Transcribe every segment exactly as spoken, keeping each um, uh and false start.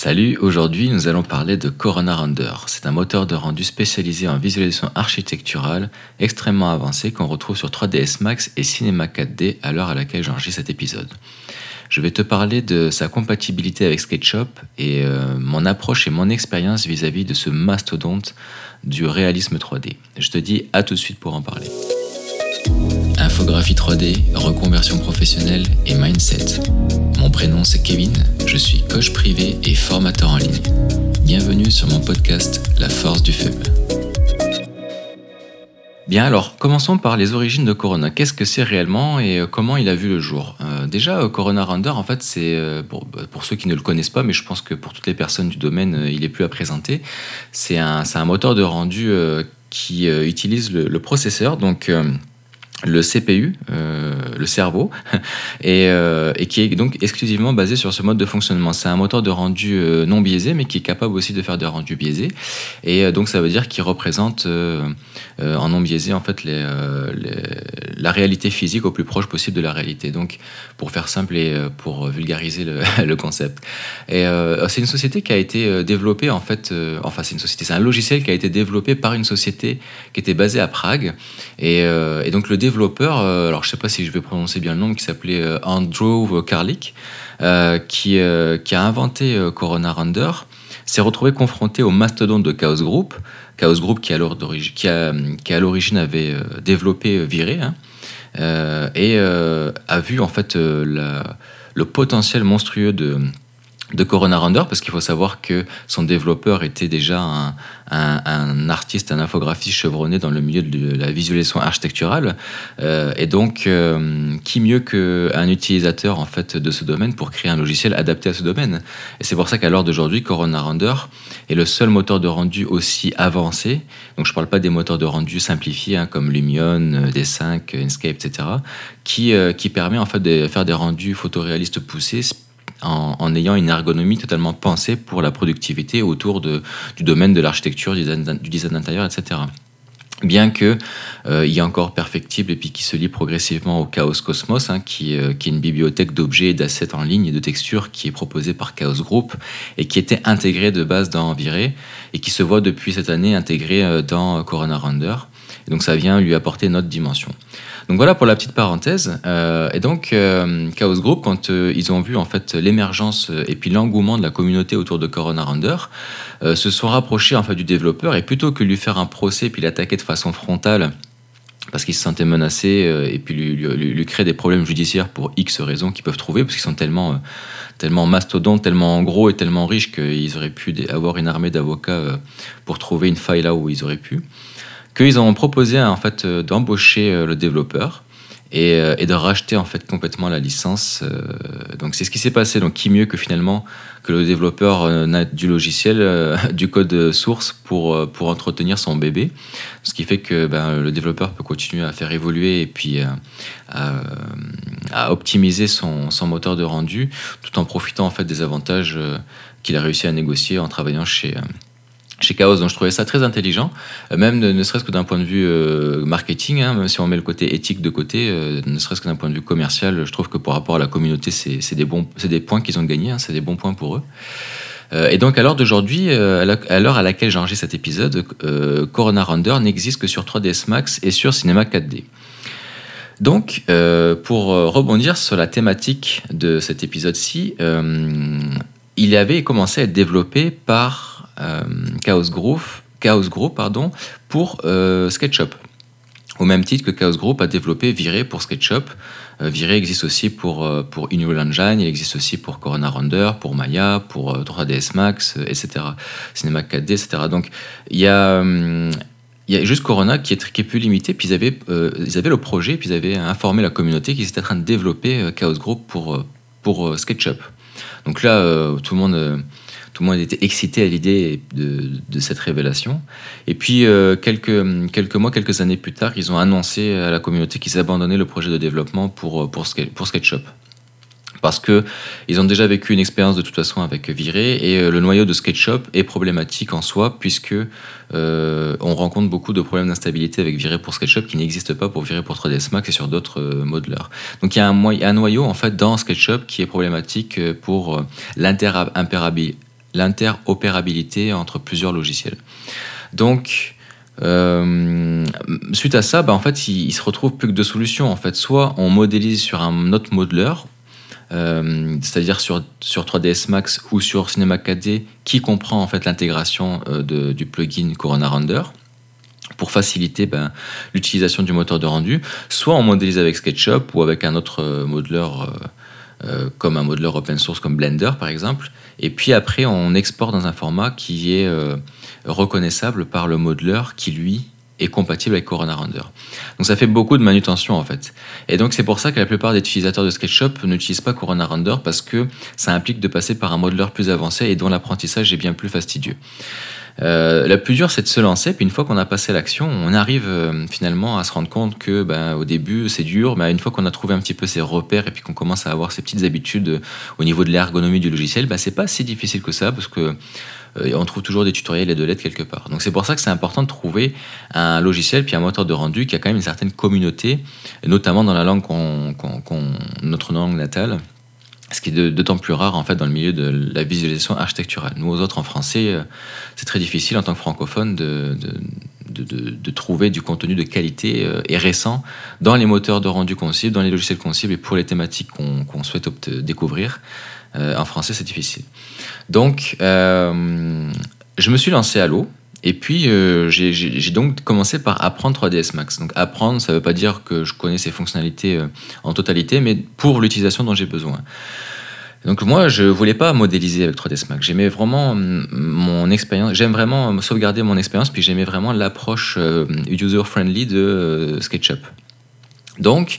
Salut, aujourd'hui nous allons parler de Corona Render. C'est un moteur de rendu spécialisé en visualisation architecturale extrêmement avancé qu'on retrouve sur trois D S Max et Cinema quatre D à l'heure à laquelle j'enregistre cet épisode. Je vais te parler de sa compatibilité avec SketchUp et euh, mon approche et mon expérience vis-à-vis de ce mastodonte du réalisme trois D. Je te dis à tout de suite pour en parler. Infographie trois D, reconversion professionnelle et mindset. Mon prénom c'est Kevin, je suis coach privé et formateur en ligne. Bienvenue sur mon podcast La Force du Faible. Bien alors, commençons par les origines de Corona. Qu'est-ce que c'est réellement et comment il a vu le jour ? euh, Déjà, Corona Render, en fait, c'est, euh, pour, pour ceux qui ne le connaissent pas, mais je pense que pour toutes les personnes du domaine, euh, il est plus à présenter. C'est un, c'est un moteur de rendu euh, qui euh, utilise le, le processeur, donc... Euh, le C P U, euh, le cerveau, et, euh, et qui est donc exclusivement basé sur ce mode de fonctionnement. C'est un moteur de rendu euh, non biaisé, mais qui est capable aussi de faire des rendus biaisés. Et euh, donc ça veut dire qu'il représente euh, euh, en non biaisé en fait les, euh, les, la réalité physique au plus proche possible de la réalité. Donc pour faire simple et euh, pour vulgariser le, le concept. Et euh, c'est une société qui a été développée en fait, euh, enfin c'est une société, c'est un logiciel qui a été développé par une société qui était basée à Prague. Et, euh, et donc le développeur, euh, alors je ne sais pas si je vais prononcer bien le nom, qui s'appelait euh, Andrew Karlik, euh, qui, euh, qui a inventé euh, Corona Render, s'est retrouvé confronté au mastodonte de Chaos Group, Chaos Group qui à l'origine, qui a, qui à l'origine avait euh, développé euh, Viré, hein, euh, et euh, a vu en fait euh, la, le potentiel monstrueux de de Corona Render, parce qu'il faut savoir que son développeur était déjà un, un, un artiste, un infographiste chevronné dans le milieu de la visualisation architecturale, euh, et donc euh, qui mieux qu'un utilisateur en fait de ce domaine pour créer un logiciel adapté à ce domaine. Et c'est pour ça qu'à l'heure d'aujourd'hui, Corona Render est le seul moteur de rendu aussi avancé. Donc je ne parle pas des moteurs de rendu simplifiés hein, comme Lumion, D cinq, Inkscape, et cetera, qui, euh, qui permet en fait de faire des rendus photoréalistes poussés En, en ayant une ergonomie totalement pensée pour la productivité autour de, du domaine de l'architecture, du design, du design d'intérieur, et cetera. Bien que euh, il est encore perfectible et puis qui se lie progressivement au Chaos Cosmos, hein, qui, euh, qui est une bibliothèque d'objets et d'assets en ligne et de textures qui est proposée par Chaos Group et qui était intégrée de base dans Viré et qui se voit depuis cette année intégrée euh, dans Corona Render. Et donc ça vient lui apporter une autre dimension. Donc voilà pour la petite parenthèse. Euh, et donc euh, Chaos Group, quand euh, ils ont vu en fait l'émergence euh, et puis l'engouement de la communauté autour de Corona Render, euh, se sont rapprochés en fait du développeur et plutôt que lui faire un procès puis l'attaquer de façon frontale parce qu'ils se sentaient menacés euh, et puis lui, lui, lui créer des problèmes judiciaires pour X raisons qu'ils peuvent trouver parce qu'ils sont tellement, euh, tellement mastodontes, tellement gros et tellement riches qu'ils auraient pu avoir une armée d'avocats euh, pour trouver une faille là où ils auraient pu. Qu'ils ont proposé en fait d'embaucher le développeur et, et de racheter en fait complètement la licence. Donc c'est ce qui s'est passé. Donc qui mieux que finalement que le développeur n'a du logiciel, du code source pour pour entretenir son bébé, ce qui fait que ben, le développeur peut continuer à faire évoluer et puis à, à optimiser son son moteur de rendu, tout en profitant en fait des avantages qu'il a réussi à négocier en travaillant chez chez Chaos. Donc je trouvais ça très intelligent, même ne, ne serait-ce que d'un point de vue euh, marketing, hein, même si on met le côté éthique de côté, euh, ne serait-ce que d'un point de vue commercial, je trouve que par rapport à la communauté, c'est, c'est, des, bons, c'est des points qu'ils ont gagnés, hein, c'est des bons points pour eux. Euh, et donc à l'heure d'aujourd'hui, euh, à, la, à l'heure à laquelle j'enregistre cet épisode, euh, Corona Render n'existe que sur trois D S Max et sur Cinema quatre D. Donc, euh, pour rebondir sur la thématique de cet épisode-ci, euh, il avait commencé à être développé par Euh, Chaos Group, Chaos Group pardon, pour euh, SketchUp. Au même titre que Chaos Group a développé Viré pour SketchUp. Euh, Viré existe aussi pour, euh, pour Unreal Engine, il existe aussi pour Corona Render, pour Maya, pour euh, trois D S Max, euh, et cetera. Cinema quatre D, et cetera. Donc, il y a... Hum, il y a juste Corona qui est, qui est plus limité, puis ils avaient, euh, ils avaient le projet, puis ils avaient informé la communauté qu'ils étaient en train de développer euh, Chaos Group pour, pour euh, SketchUp. Donc là, euh, tout le monde... Euh, Tout le monde était excité à l'idée de, de cette révélation. Et puis, euh, quelques, quelques mois, quelques années plus tard, ils ont annoncé à la communauté qu'ils abandonnaient le projet de développement pour, pour, pour SketchUp. Parce qu'ils ont déjà vécu une expérience de toute façon avec Viré, et le noyau de SketchUp est problématique en soi, puisque euh, on rencontre beaucoup de problèmes d'instabilité avec Viré pour SketchUp qui n'existent pas pour Viré pour trois D S Max et sur d'autres euh, modelers. Donc il y a un, un noyau en fait dans SketchUp qui est problématique pour euh, l'interopérabilité l'interopérabilité entre plusieurs logiciels. Donc, euh, suite à ça, bah, en fait, il, il se retrouve plus que deux solutions. En fait, soit on modélise sur un autre modeleur, euh, c'est-à-dire sur, sur trois D S Max ou sur Cinema quatre D, qui comprend en fait l'intégration euh, de, du plugin Corona Render pour faciliter ben, l'utilisation du moteur de rendu. Soit on modélise avec SketchUp ou avec un autre euh, modeleur euh, euh, comme un modeleur open source comme Blender par exemple. Et puis après, on exporte dans un format qui est euh, reconnaissable par le modeleur qui, lui, est compatible avec Corona Render. Donc ça fait beaucoup de manutention en fait. Et donc c'est pour ça que la plupart des utilisateurs de SketchUp n'utilisent pas Corona Render parce que ça implique de passer par un modeleur plus avancé et dont l'apprentissage est bien plus fastidieux. Euh, la plus dure, c'est de se lancer, puis une fois qu'on a passé l'action, on arrive euh, finalement à se rendre compte que ben, au début c'est dur, mais une fois qu'on a trouvé un petit peu ses repères et puis qu'on commence à avoir ses petites habitudes euh, au niveau de l'ergonomie du logiciel, ben, c'est pas si difficile que ça parce que euh, on trouve toujours des tutoriels et de l'aide quelque part. Donc c'est pour ça que c'est important de trouver un logiciel puis un moteur de rendu qui a quand même une certaine communauté, notamment dans la langue qu'on, qu'on, qu'on, notre langue natale. Ce qui est d'autant plus rare en fait dans le milieu de la visualisation architecturale. Nous, aux autres, en français, c'est très difficile en tant que francophone de, de, de, de trouver du contenu de qualité et récent dans les moteurs de rendu qu'on cible, dans les logiciels qu'on cible et pour les thématiques qu'on qu'on souhaite découvrir. Euh, en français, c'est difficile. Donc, euh, je me suis lancé à l'eau. Et puis, euh, j'ai, j'ai donc commencé par apprendre trois D S Max. Donc, apprendre, ça ne veut pas dire que je connais ses fonctionnalités euh, en totalité, mais pour l'utilisation dont j'ai besoin. Donc, moi, je ne voulais pas modéliser avec trois D S Max. J'aimais vraiment mon expérience. J'aime vraiment sauvegarder mon expérience, puis j'aimais vraiment l'approche euh, user-friendly de euh, SketchUp. Donc,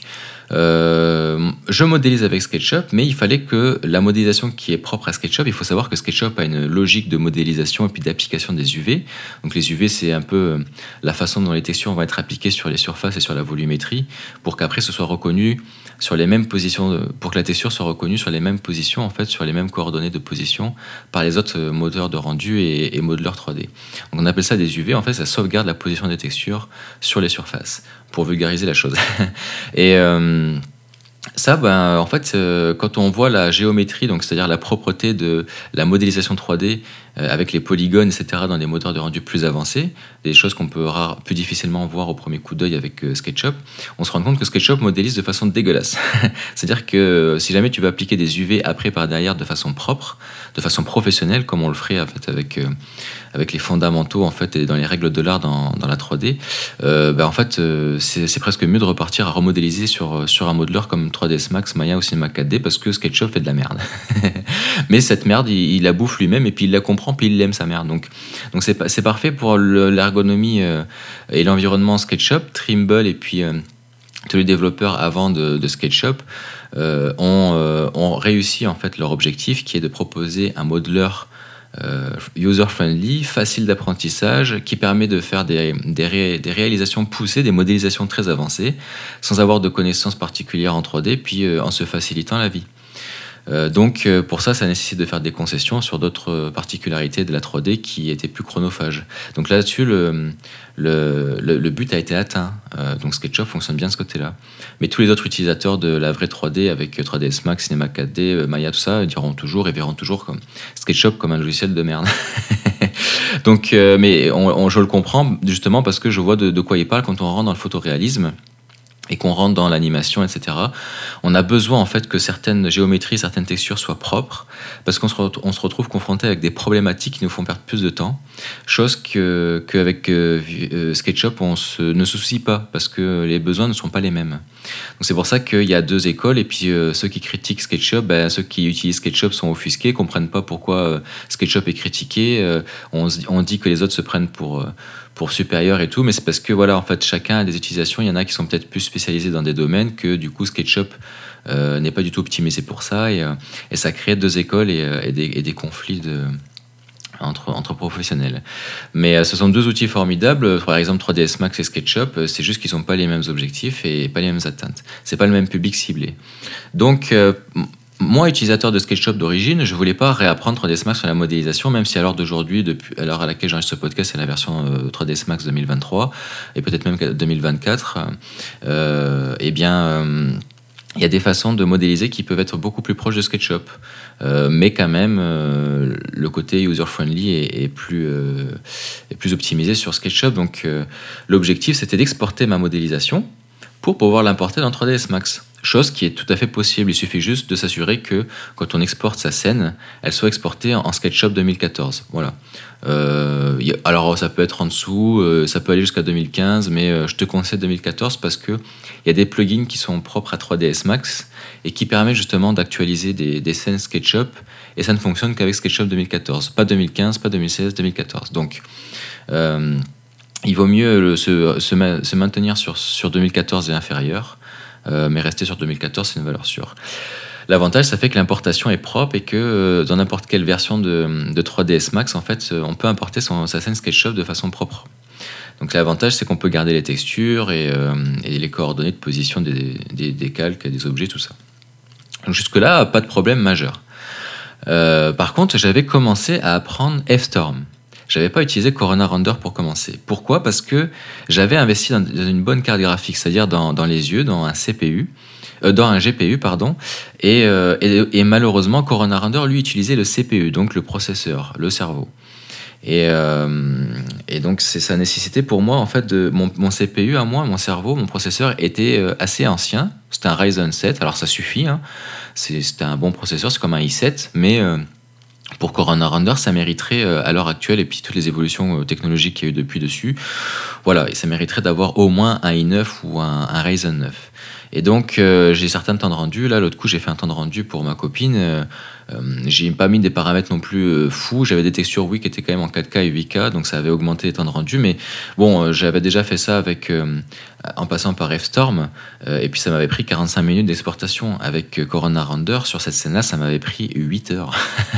Euh, je modélise avec SketchUp, mais il fallait que la modélisation qui est propre à SketchUp, il faut savoir que SketchUp a une logique de modélisation et puis d'application des U V. Donc les U V, c'est un peu la façon dont les textures vont être appliquées sur les surfaces et sur la volumétrie pour qu'après ce soit reconnu sur les mêmes positions, pour que la texture soit reconnue sur les mêmes positions, en fait, sur les mêmes coordonnées de position par les autres moteurs de rendu et, et modeleurs trois D. Donc on appelle ça des U V, en fait, ça sauvegarde la position des textures sur les surfaces, pour vulgariser la chose. Et euh, ça, ben, en fait, euh, quand on voit la géométrie, donc c'est-à-dire la propreté de la modélisation trois D euh, avec les polygones, et cetera, dans des moteurs de rendu plus avancés, des choses qu'on peut rare, plus difficilement voir au premier coup d'œil avec euh, SketchUp, on se rend compte que SketchUp modélise de façon dégueulasse. C'est-à-dire que euh, si jamais tu veux appliquer des U V après par derrière de façon propre, de façon professionnelle, comme on le ferait en fait avec euh, avec les fondamentaux en fait et dans les règles de l'art dans, dans la trois D, euh, ben, en fait euh, c'est, c'est presque mieux de repartir à remodéliser sur, sur un modeleur comme trois D S Max, Maya ou Cinema quatre D parce que SketchUp fait de la merde. Mais cette merde, il, il la bouffe lui-même et puis il la comprend puis il l'aime sa merde. Donc, donc c'est, c'est parfait pour le, l'ergonomie euh, et l'environnement SketchUp, Trimble et puis euh, tous les développeurs avant de, de SketchUp euh, ont, euh, ont réussi en fait leur objectif qui est de proposer un modeleur Euh, user-friendly, facile d'apprentissage, qui permet de faire des, des, ré, des réalisations poussées, des modélisations très avancées, sans avoir de connaissances particulières en trois D, puis euh, en se facilitant la vie. Euh, donc euh, pour ça, ça nécessite de faire des concessions sur d'autres particularités de la trois D qui étaient plus chronophages. Donc là-dessus, le, le, le, le but a été atteint. Euh, donc SketchUp fonctionne bien de ce côté-là. Mais tous les autres utilisateurs de la vraie trois D avec trois D S Max, Cinema quatre D, Maya, tout ça, diront toujours et verront toujours comme SketchUp comme un logiciel de merde. Donc, euh, mais on, on, je le comprends justement parce que je vois de, de quoi il parle quand on rentre dans le photoréalisme et qu'on rentre dans l'animation, et cetera. On a besoin en fait que certaines géométries, certaines textures soient propres, parce qu'on se, re- on se retrouve confronté avec des problématiques qui nous font perdre plus de temps, chose que, qu'avec euh, euh, SketchUp, on se, ne se soucie pas, parce que les besoins ne sont pas les mêmes. Donc c'est pour ça qu'il y a deux écoles, et puis euh, ceux qui critiquent SketchUp, ben, ceux qui utilisent SketchUp sont offusqués, comprennent pas pourquoi euh, SketchUp est critiqué, euh, on, on dit que les autres se prennent pour... Euh, pour supérieur et tout, mais c'est parce que voilà, en fait, chacun a des utilisations. Il y en a qui sont peut-être plus spécialisés dans des domaines que du coup SketchUp euh, n'est pas du tout optimisé pour ça, et, euh, et ça crée deux écoles et, et, des, et des conflits de, entre, entre professionnels. Mais euh, ce sont deux outils formidables. Par exemple, trois D S Max et SketchUp, c'est juste qu'ils n'ont pas les mêmes objectifs et pas les mêmes atteintes. C'est pas le même public ciblé. Donc euh, moi, utilisateur de SketchUp d'origine, je voulais pas réapprendre trois D S Max sur la modélisation, même si à l'heure d'aujourd'hui, depuis, à l'heure à laquelle j'enregistre ce podcast, c'est la version euh, trois D S Max deux mille vingt-trois, et peut-être même deux mille vingt-quatre, euh, eh bien, euh, il y a des façons de modéliser qui peuvent être beaucoup plus proches de SketchUp. Euh, mais quand même, euh, le côté user-friendly est, est, plus, euh, est plus optimisé sur SketchUp. Donc, euh, l'objectif, c'était d'exporter ma modélisation pour pouvoir l'importer dans trois D S Max. Chose qui est tout à fait possible. Il suffit juste de s'assurer que quand on exporte sa scène, elle soit exportée en SketchUp deux mille quatorze. Voilà. Euh, y a, alors, ça peut être en dessous, euh, ça peut aller jusqu'à deux mille quinze, mais euh, je te conseille deux mille quatorze parce qu'il y a des plugins qui sont propres à trois D S Max et qui permettent justement d'actualiser des, des scènes SketchUp, et ça ne fonctionne qu'avec SketchUp deux mille quatorze. Pas deux mille quinze, pas deux mille seize, deux mille quatorze. Donc, euh, il vaut mieux le, se, se, ma, se maintenir sur, sur deux mille quatorze et inférieur, euh, mais rester sur deux mille quatorze, c'est une valeur sûre. L'avantage, ça fait que l'importation est propre et que euh, dans n'importe quelle version de, de trois D S Max, en fait, on peut importer son, sa scène SketchUp de façon propre. Donc l'avantage, c'est qu'on peut garder les textures et, euh, et les coordonnées de position des, des, des calques, des objets, tout ça. Donc jusque-là, pas de problème majeur. Euh, par contre, j'avais commencé à apprendre F-Storm. J'avais pas utilisé Corona Render pour commencer. Pourquoi ? Parce que j'avais investi dans une bonne carte graphique, c'est-à-dire dans, dans les yeux, dans un C P U, euh, dans un G P U, pardon. Et, euh, et, et malheureusement, Corona Render, lui, utilisait le C P U, donc le processeur, le cerveau. Et, euh, et donc, c'est, ça nécessitait pour moi, en fait, de, mon, mon C P U à moi, mon cerveau, mon processeur était euh, assez ancien. C'était un Ryzen sept, alors ça suffit, hein. C'est, c'était un bon processeur, c'est comme un i sept, mais euh, pour Corona Render, ça mériterait euh, à l'heure actuelle, et puis toutes les évolutions euh, technologiques qu'il y a eu depuis dessus, voilà, et ça mériterait d'avoir au moins un i neuf ou un, un Ryzen neuf. Et donc, euh, j'ai certains temps de rendu. Là, l'autre coup, j'ai fait un temps de rendu pour ma copine. Euh, euh, j'ai pas mis des paramètres non plus euh, fous. J'avais des textures, oui, qui étaient quand même en quatre K et huit K, donc ça avait augmenté les temps de rendu. Mais bon, euh, j'avais déjà fait ça avec, euh, en passant par F-Storm. Euh, et puis, ça m'avait pris quarante-cinq minutes d'exportation. Avec euh, Corona Render, sur cette scène-là, ça m'avait pris huit heures.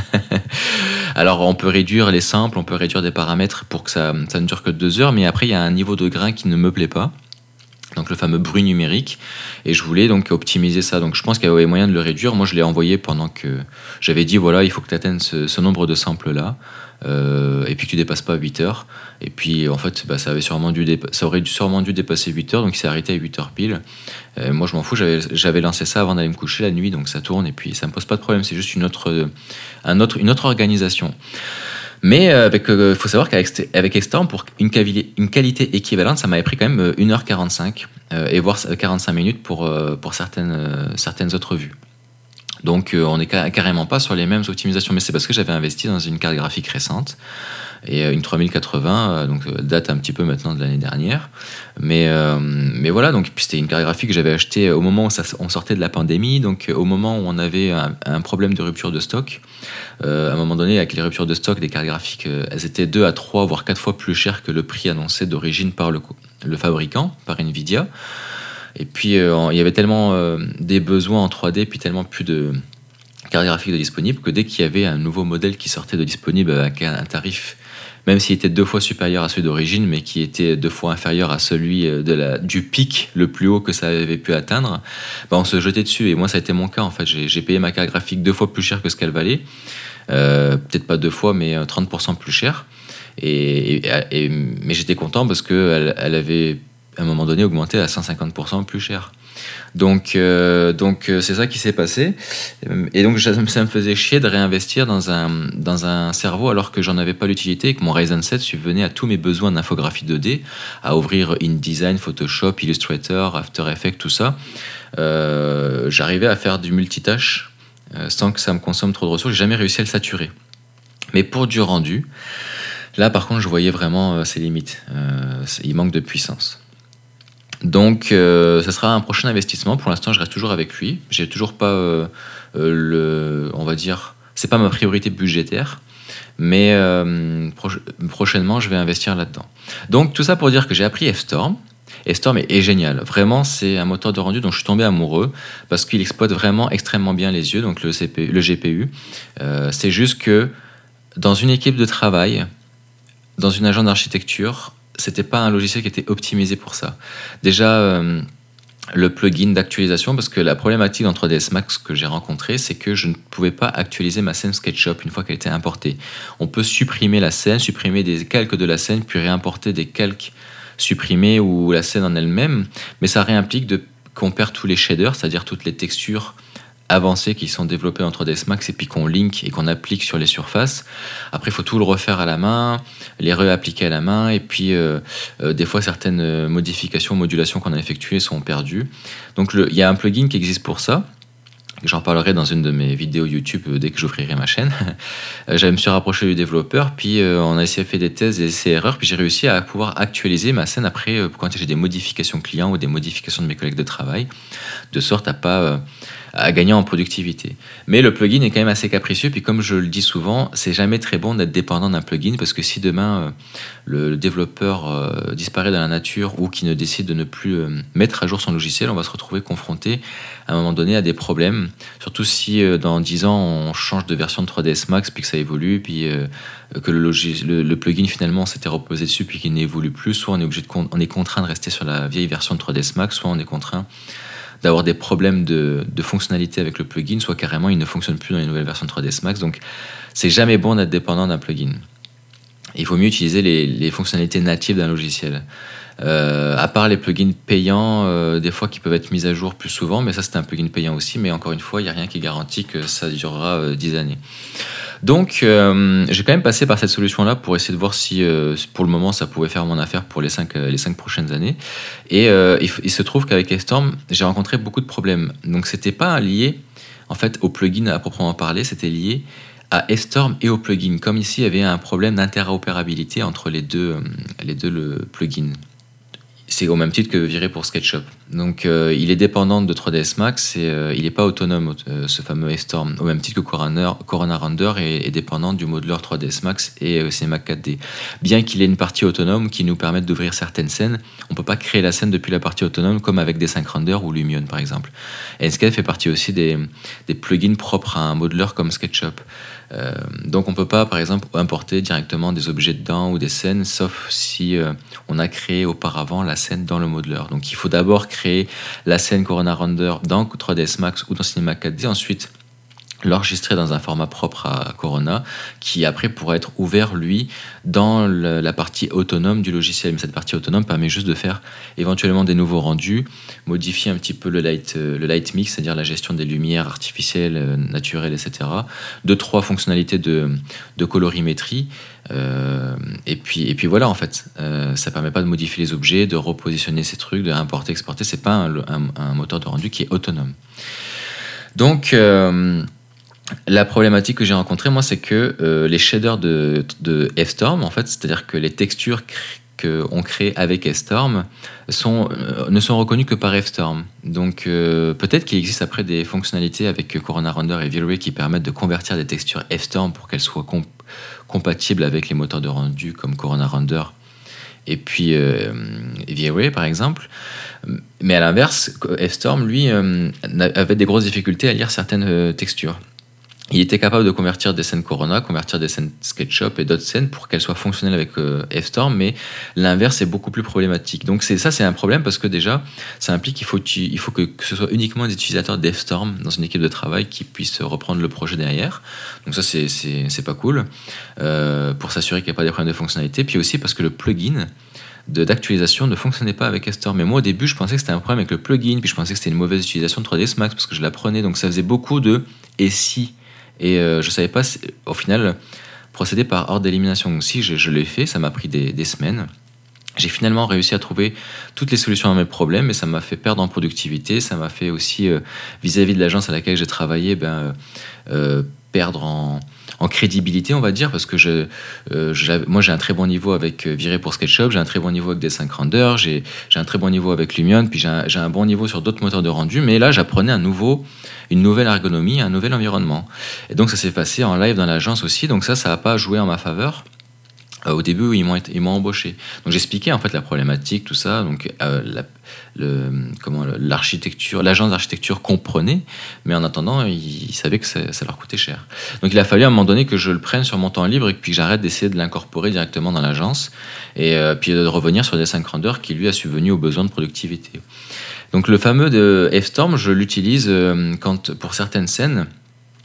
Alors, on peut réduire les samples, on peut réduire des paramètres pour que ça, ça ne dure que deux heures. Mais après, il y a un niveau de grain qui ne me plaît pas. Donc le fameux bruit numérique, et je voulais donc optimiser ça. Donc je pense qu'il y avait moyen de le réduire. Moi je l'ai envoyé pendant que j'avais dit voilà, il faut que tu atteignes ce, ce nombre de samples là, euh, et puis que tu dépasses pas huit heures. Et puis en fait bah, ça, avait sûrement dû dépa- ça aurait sûrement dû dépasser huit heures, donc il s'est arrêté à huit heures pile. Euh, moi je m'en fous, j'avais, j'avais lancé ça avant d'aller me coucher la nuit, donc ça tourne et puis ça me pose pas de problème, c'est juste une autre, un autre, une autre organisation. Mais euh, avec, euh, faut savoir qu'avec avec F-Storm, pour une, cavi- une qualité équivalente, ça m'avait pris quand même euh, une heure quarante-cinq euh, et voire quarante-cinq minutes pour, euh, pour certaines, euh, certaines autres vues. Donc euh, on n'est ca- carrément pas sur les mêmes optimisations, mais c'est parce que j'avais investi dans une carte graphique récente et euh, une trois mille quatre-vingts, euh, donc euh, date un petit peu maintenant de l'année dernière. Mais, euh, mais voilà, donc puis c'était une carte graphique que j'avais achetée au moment où ça, on sortait de la pandémie, donc euh, au moment où on avait un, un problème de rupture de stock. Euh, à un moment donné, avec les ruptures de stock des cartes graphiques, euh, elles étaient deux à trois, voire quatre fois plus chères que le prix annoncé d'origine par le, le fabricant, par Nvidia. Et puis, euh, il y avait tellement euh, des besoins en trois D, puis tellement plus de cartes graphiques de disponibles, que dès qu'il y avait un nouveau modèle qui sortait de disponible avec un, un tarif, même s'il était deux fois supérieur à celui d'origine, mais qui était deux fois inférieur à celui de la, du pic le plus haut que ça avait pu atteindre, bah on se jetait dessus. Et moi, ça a été mon cas, en fait. J'ai, j'ai payé ma carte graphique deux fois plus cher que ce qu'elle valait. Euh, peut-être pas deux fois, mais trente pour cent plus cher. Et, et, et, mais j'étais content parce qu'elle elle avait, à un moment donné, augmenté à cent cinquante pour cent plus cher. Donc, euh, donc c'est ça qui s'est passé. Et donc ça me faisait chier de réinvestir dans un, dans un cerveau alors que j'en avais pas l'utilité et que mon Ryzen sept subvenait à tous mes besoins d'infographie deux D, à ouvrir InDesign, Photoshop, Illustrator, After Effects, tout ça. Euh, j'arrivais à faire du multitâche euh, sans que ça me consomme trop de ressources. J'ai jamais réussi à le saturer. Mais pour du rendu, là par contre je voyais vraiment euh, ses limites. Euh, il manque de puissance. Donc, euh, ça sera un prochain investissement. Pour l'instant, je reste toujours avec lui. J'ai toujours pas euh, euh, le, on va dire, c'est pas ma priorité budgétaire, mais euh, pro- prochainement, je vais investir là-dedans. Donc, tout ça pour dire que j'ai appris F-Storm. F-Storm est, est génial. Vraiment, c'est un moteur de rendu dont je suis tombé amoureux parce qu'il exploite vraiment extrêmement bien les yeux, donc le C P U, le G P U. Euh, c'est juste que dans une équipe de travail, dans une agence d'architecture, c'était pas un logiciel qui était optimisé pour ça. Déjà, euh, le plugin d'actualisation, parce que la problématique dans trois D S Max que j'ai rencontrée, c'est que je ne pouvais pas actualiser ma scène SketchUp une fois qu'elle était importée. On peut supprimer la scène, supprimer des calques de la scène, puis réimporter des calques supprimés ou la scène en elle-même, mais ça réimplique de qu'on perd tous les shaders, c'est-à-dire toutes les textures avancées qui sont développées en trois D S Max et puis qu'on link et qu'on applique sur les surfaces. Après, il faut tout le refaire à la main, les réappliquer à la main, et puis euh, euh, des fois, certaines modifications, modulations qu'on a effectuées sont perdues. Donc, il y a un plugin qui existe pour ça. J'en parlerai dans une de mes vidéos YouTube dès que j'ouvrirai ma chaîne. Je me suis rapproché du développeur, puis euh, on a essayé de faire des tests, des essais-erreurs, puis j'ai réussi à pouvoir actualiser ma scène après euh, quand j'ai des modifications clients ou des modifications de mes collègues de travail, de sorte à pas euh, à gagner en productivité. Mais le plugin est quand même assez capricieux, puis comme je le dis souvent, c'est jamais très bon d'être dépendant d'un plugin, parce que si demain euh, le, le développeur euh, disparaît dans la nature ou qu'il ne décide de ne plus euh, mettre à jour son logiciel, on va se retrouver confronté à un moment donné à des problèmes, surtout si euh, dans dix ans on change de version de trois D S Max puis que ça évolue, puis euh, que le, logis, le, le plugin finalement s'était reposé dessus puis qu'il n'évolue plus, soit on est, obligé de con- on est contraint de rester sur la vieille version de trois D S Max, soit on est contraint d'avoir des problèmes de, de fonctionnalité avec le plugin, soit carrément il ne fonctionne plus dans les nouvelles versions de trois D S Max. Donc c'est jamais bon d'être dépendant d'un plugin. Il vaut mieux utiliser les, les fonctionnalités natives d'un logiciel. Euh, à part les plugins payants, euh, des fois qui peuvent être mis à jour plus souvent, mais ça c'est un plugin payant aussi, mais encore une fois, il n'y a rien qui garantit que ça durera euh, dix années. Donc, euh, j'ai quand même passé par cette solution-là pour essayer de voir si, euh, pour le moment, ça pouvait faire mon affaire pour les cinq, euh, les cinq prochaines années. Et euh, il, il se trouve qu'avec Storm, j'ai rencontré beaucoup de problèmes. Donc, c'était pas lié, en fait, au plugin à proprement parler, c'était lié à Storm et au plugin. Comme ici, il y avait un problème d'interopérabilité entre les deux, euh, les deux le plugins. C'est au même titre que Viré pour SketchUp. Donc euh, il est dépendant de trois D S Max et euh, il n'est pas autonome, euh, ce fameux Storm. Au même titre que Corona, Corona Render est, est dépendant du modeler trois D S Max et euh, Cinema quatre D. Bien qu'il ait une partie autonome qui nous permette d'ouvrir certaines scènes, on ne peut pas créer la scène depuis la partie autonome comme avec D cinq Render ou Lumion par exemple. Enscape fait partie aussi des, des plugins propres à un modeler comme SketchUp. Euh, donc on ne peut pas par exemple importer directement des objets dedans ou des scènes sauf si euh, on a créé auparavant la scène dans le modeler. Donc il faut d'abord créer la scène Corona Render dans trois D S Max ou dans Cinema quatre D, ensuite l'enregistrer dans un format propre à Corona qui après pourra être ouvert lui dans le, la partie autonome du logiciel. Mais cette partie autonome permet juste de faire éventuellement des nouveaux rendus, modifier un petit peu le light, le light mix, c'est-à-dire la gestion des lumières artificielles, naturelles, et cetera. Deux, trois fonctionnalités de, de colorimétrie. Euh, et, puis, et puis voilà en fait, euh, ça permet pas de modifier les objets, de repositionner ces trucs, de importer, exporter. C'est pas un, un, un moteur de rendu qui est autonome. Donc euh, la problématique que j'ai rencontrée, moi, c'est que euh, les shaders de, de F-Storm, en fait, c'est-à-dire que les textures qu'on crée avec F-Storm sont, euh, ne sont reconnues que par F-Storm. Donc, euh, peut-être qu'il existe après des fonctionnalités avec Corona Render et V-Ray qui permettent de convertir des textures F-Storm pour qu'elles soient comp- compatibles avec les moteurs de rendu comme Corona Render et puis euh, V-Ray, par exemple. Mais à l'inverse, F-Storm, lui, euh, avait des grosses difficultés à lire certaines euh, textures. Il était capable de convertir des scènes Corona, convertir des scènes SketchUp et d'autres scènes pour qu'elles soient fonctionnelles avec euh, F-Storm, mais l'inverse est beaucoup plus problématique. Donc c'est, ça, c'est un problème parce que déjà, ça implique qu'il faut, il faut que, que ce soit uniquement des utilisateurs d'F-Storm dans une équipe de travail qui puissent reprendre le projet derrière. Donc ça, c'est, c'est, c'est pas cool, euh, pour s'assurer qu'il n'y a pas des problèmes de fonctionnalité. Puis aussi parce que le plugin de, d'actualisation ne fonctionnait pas avec F-Storm. Mais moi, au début, je pensais que c'était un problème avec le plugin, puis je pensais que c'était une mauvaise utilisation de trois D S Max parce que je l'apprenais. Donc ça faisait beaucoup de « et si ». Et euh, je ne savais pas, au final, procéder par ordre d'élimination. Donc si je, je l'ai fait, ça m'a pris des, des semaines. J'ai finalement réussi à trouver toutes les solutions à mes problèmes, mais ça m'a fait perdre en productivité. Ça m'a fait aussi, euh, vis-à-vis de l'agence à laquelle j'ai travaillé, ben, euh, perdre en, en crédibilité, on va dire, parce que je, euh, moi j'ai un très bon niveau avec Viré pour SketchUp, j'ai un très bon niveau avec D cinq Render, j'ai, j'ai un très bon niveau avec Lumion, puis j'ai un, j'ai un bon niveau sur d'autres moteurs de rendu, mais là j'apprenais un nouveau, une nouvelle ergonomie, un nouvel environnement. Et donc ça s'est passé en live dans l'agence aussi, donc ça, ça n'a pas joué en ma faveur. Euh, au début, ils m'ont, ils m'ont embauché. Donc j'expliquais en fait la problématique, tout ça. Donc euh, la, le, comment, l'architecture, l'agence d'architecture comprenait, mais en attendant, ils, ils savaient que ça, ça leur coûtait cher. Donc il a fallu à un moment donné que je le prenne sur mon temps libre et puis que j'arrête d'essayer de l'incorporer directement dans l'agence et euh, puis de revenir sur des cinq Render qui lui a subvenu aux besoins de productivité. Donc le fameux de F-Storm, je l'utilise euh, quand, pour certaines scènes.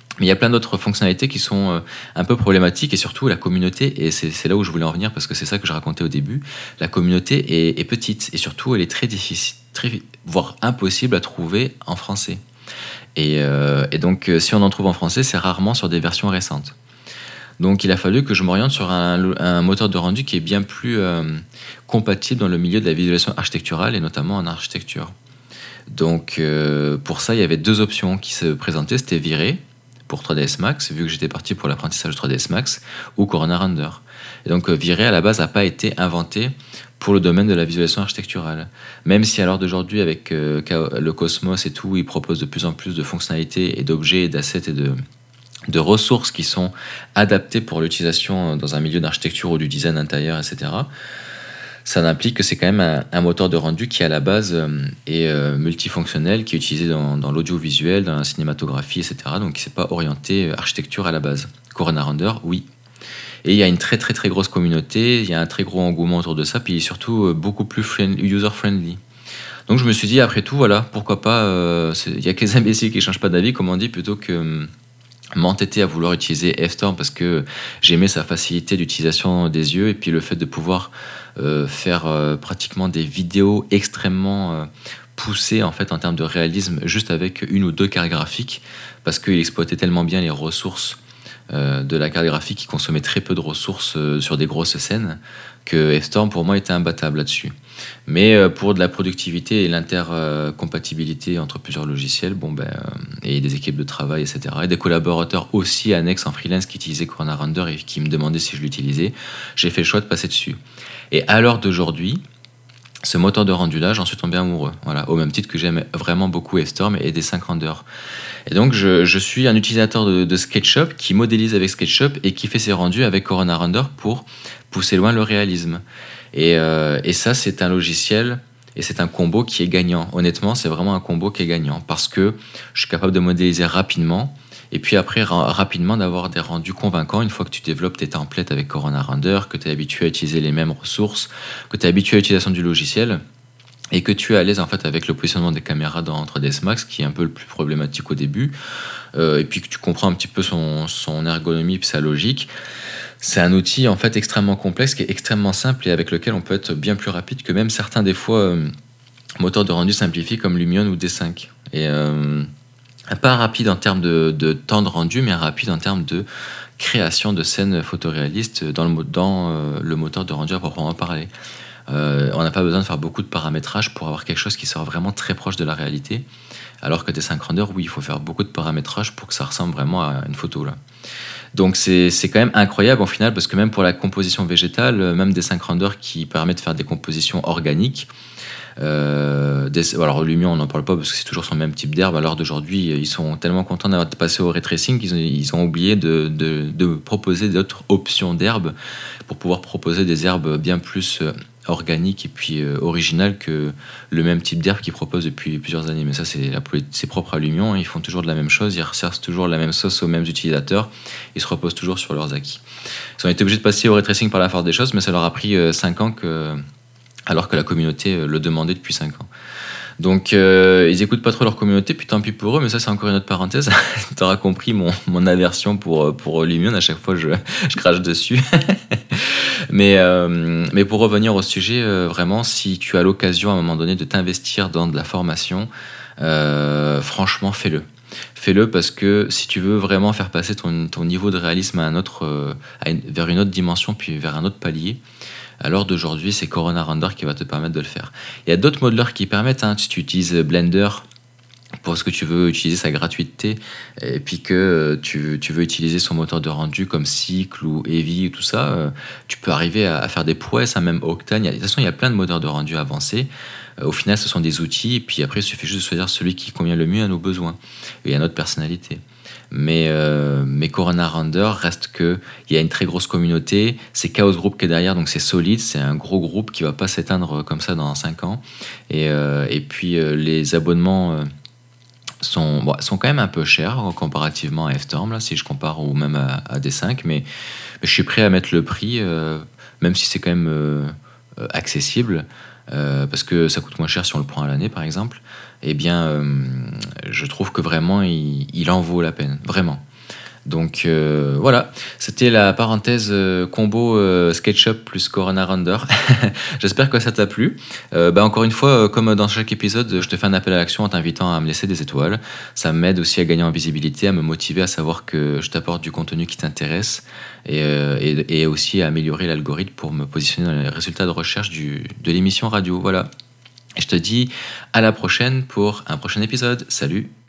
Mais il y a plein d'autres fonctionnalités qui sont euh, un peu problématiques et surtout la communauté, et c'est c'est là où je voulais en venir parce que c'est ça que je racontais au début, la communauté est, est petite et surtout elle est très difficile, très, voire impossible à trouver en français. Et, euh, et donc euh, si on en trouve en français, c'est rarement sur des versions récentes. Donc il a fallu que je m'oriente sur un, un moteur de rendu qui est bien plus euh, compatible dans le milieu de la visualisation architecturale et notamment en architecture. Donc euh, pour ça, il y avait deux options qui se présentaient, c'était Viré pour trois D S Max, vu que j'étais parti pour l'apprentissage de trois D S Max, ou Corona Render. Et donc euh, Viré à la base n'a pas été inventé pour le domaine de la visualisation architecturale. Même si à l'heure d'aujourd'hui, avec euh, le Cosmos et tout, il propose de plus en plus de fonctionnalités et d'objets, et d'assets et de, de ressources qui sont adaptées pour l'utilisation dans un milieu d'architecture ou du design intérieur, et cetera. Ça implique que c'est quand même un, un moteur de rendu qui, à la base, euh, est euh, multifonctionnel, qui est utilisé dans, dans l'audiovisuel, dans la cinématographie, et cetera. Donc, il ne s'est pas orienté architecture à la base. Corona Render, oui. Et il y a une très très très grosse communauté, il y a un très gros engouement autour de ça, puis surtout euh, beaucoup plus user-friendly. Donc, je me suis dit, après tout, voilà, pourquoi pas, euh, il n'y a que les imbéciles qui ne changent pas d'avis, comme on dit, plutôt que euh, m'entêter à vouloir utiliser F-Storm parce que j'aimais sa facilité d'utilisation des yeux et puis le fait de pouvoir euh, faire euh, pratiquement des vidéos extrêmement euh, poussées en fait en termes de réalisme juste avec une ou deux cartes graphiques parce qu'il exploitait tellement bien les ressources euh, de la carte graphique qui consommait très peu de ressources euh, sur des grosses scènes que F-Storm pour moi était imbattable là-dessus. Mais euh, pour de la productivité et l'intercompatibilité entre plusieurs logiciels, bon ben, euh, et des équipes de travail, et cetera, et des collaborateurs aussi annexes en freelance qui utilisaient Corona Render et qui me demandaient si je l'utilisais, j'ai fait le choix de passer dessus. Et à l'heure d'aujourd'hui, ce moteur de rendu-là, j'en suis tombé amoureux. Voilà, au même titre que j'aime vraiment beaucoup F-Storm et des cinq Render. Et donc, je, je suis un utilisateur de, de SketchUp qui modélise avec SketchUp et qui fait ses rendus avec Corona Render pour pousser loin le réalisme. Et, euh, et ça, c'est un logiciel et c'est un combo qui est gagnant. Honnêtement, c'est vraiment un combo qui est gagnant parce que je suis capable de modéliser rapidement et puis après, ra- rapidement d'avoir des rendus convaincants une fois que tu développes tes templates avec Corona Render, que tu es habitué à utiliser les mêmes ressources, que tu es habitué à l'utilisation du logiciel et que tu es à l'aise en fait avec le positionnement des caméras dans trois D S Max qui est un peu le plus problématique au début euh, et puis que tu comprends un petit peu son, son ergonomie et sa logique. C'est un outil en fait extrêmement complexe qui est extrêmement simple et avec lequel on peut être bien plus rapide que même certains des fois euh, moteurs de rendu simplifiés comme Lumion ou D cinq. Et euh, pas rapide en termes de, de temps de rendu, mais rapide en termes de création de scènes photoréalistes dans le, dans, euh, le moteur de rendu à proprement parler. Euh, on n'a pas besoin de faire beaucoup de paramétrage pour avoir quelque chose qui sera vraiment très proche de la réalité. Alors que des cinq Render, oui, il faut faire beaucoup de paramétrage pour que ça ressemble vraiment à une photo là. Donc c'est, c'est quand même incroyable en final parce que même pour la composition végétale, même des cinq Render qui permettent de faire des compositions organiques, euh, des, alors Lumion on n'en parle pas parce que c'est toujours son même type d'herbe. À l'heure d'aujourd'hui, ils sont tellement contents d'avoir passé au ray tracing qu'ils ont, ils ont oublié de, de, de proposer d'autres options d'herbes pour pouvoir proposer des herbes bien plus euh, organiques et puis euh, originales que le même type d'herbe qu'ils proposent depuis plusieurs années. Mais ça c'est, la, c'est propre à Lumion, hein. Ils font toujours de la même chose, ils resservent toujours la même sauce aux mêmes utilisateurs, ils se reposent toujours sur leurs acquis. Ils ont été obligés de passer au ray tracing par la force des choses, mais ça leur a pris euh, cinq ans que, alors que la communauté euh, le demandait depuis cinq ans. Donc euh, ils écoutent pas trop leur communauté, puis tant pis pour eux, mais ça c'est encore une autre parenthèse. Tu auras compris mon, mon aversion pour, pour Lumion, à chaque fois je, je crache dessus. mais, euh, mais pour revenir au sujet, euh, vraiment, si tu as l'occasion à un moment donné de t'investir dans de la formation, euh, franchement fais-le. Fais-le parce que si tu veux vraiment faire passer ton, ton niveau de réalisme à un autre, euh, à une, vers une autre dimension, puis vers un autre palier, à l'heure d'aujourd'hui, c'est Corona Render qui va te permettre de le faire. Il y a d'autres modelers qui permettent, hein, si tu utilises Blender pour ce que tu veux utiliser sa gratuité, et puis que tu, tu veux utiliser son moteur de rendu comme Cycle ou Eevee ou tout ça, euh, tu peux arriver à, à faire des prouesses, hein, même Octane. Il y a, de toute façon, il y a plein de moteurs de rendu avancés. Euh, au final, ce sont des outils, et puis après, il suffit juste de choisir celui qui convient le mieux à nos besoins et à notre personnalité. Mais, euh, mais Corona Render reste que il y a une très grosse communauté. C'est Chaos Group qui est derrière, donc c'est solide. C'est un gros groupe qui va pas s'éteindre comme ça dans cinq ans. Et, euh, et puis euh, les abonnements euh, sont, bon, sont quand même un peu chers comparativement à F-Storm, là, si je compare, ou même à, à D cinq. Mais, mais je suis prêt à mettre le prix, euh, même si c'est quand même euh, accessible. Euh, parce que ça coûte moins cher si on le prend à l'année, par exemple. Eh bien, euh, je trouve que vraiment, il, il en vaut la peine, vraiment. Donc euh, voilà, c'était la parenthèse euh, combo euh, SketchUp plus Corona Render. J'espère que ça t'a plu. Euh, bah, encore une fois, euh, comme dans chaque épisode, je te fais un appel à l'action en t'invitant à me laisser des étoiles. Ça m'aide aussi à gagner en visibilité, à me motiver à savoir que je t'apporte du contenu qui t'intéresse et, euh, et, et aussi à améliorer l'algorithme pour me positionner dans les résultats de recherche du, de l'émission radio. Voilà. Et je te dis à la prochaine pour un prochain épisode. Salut!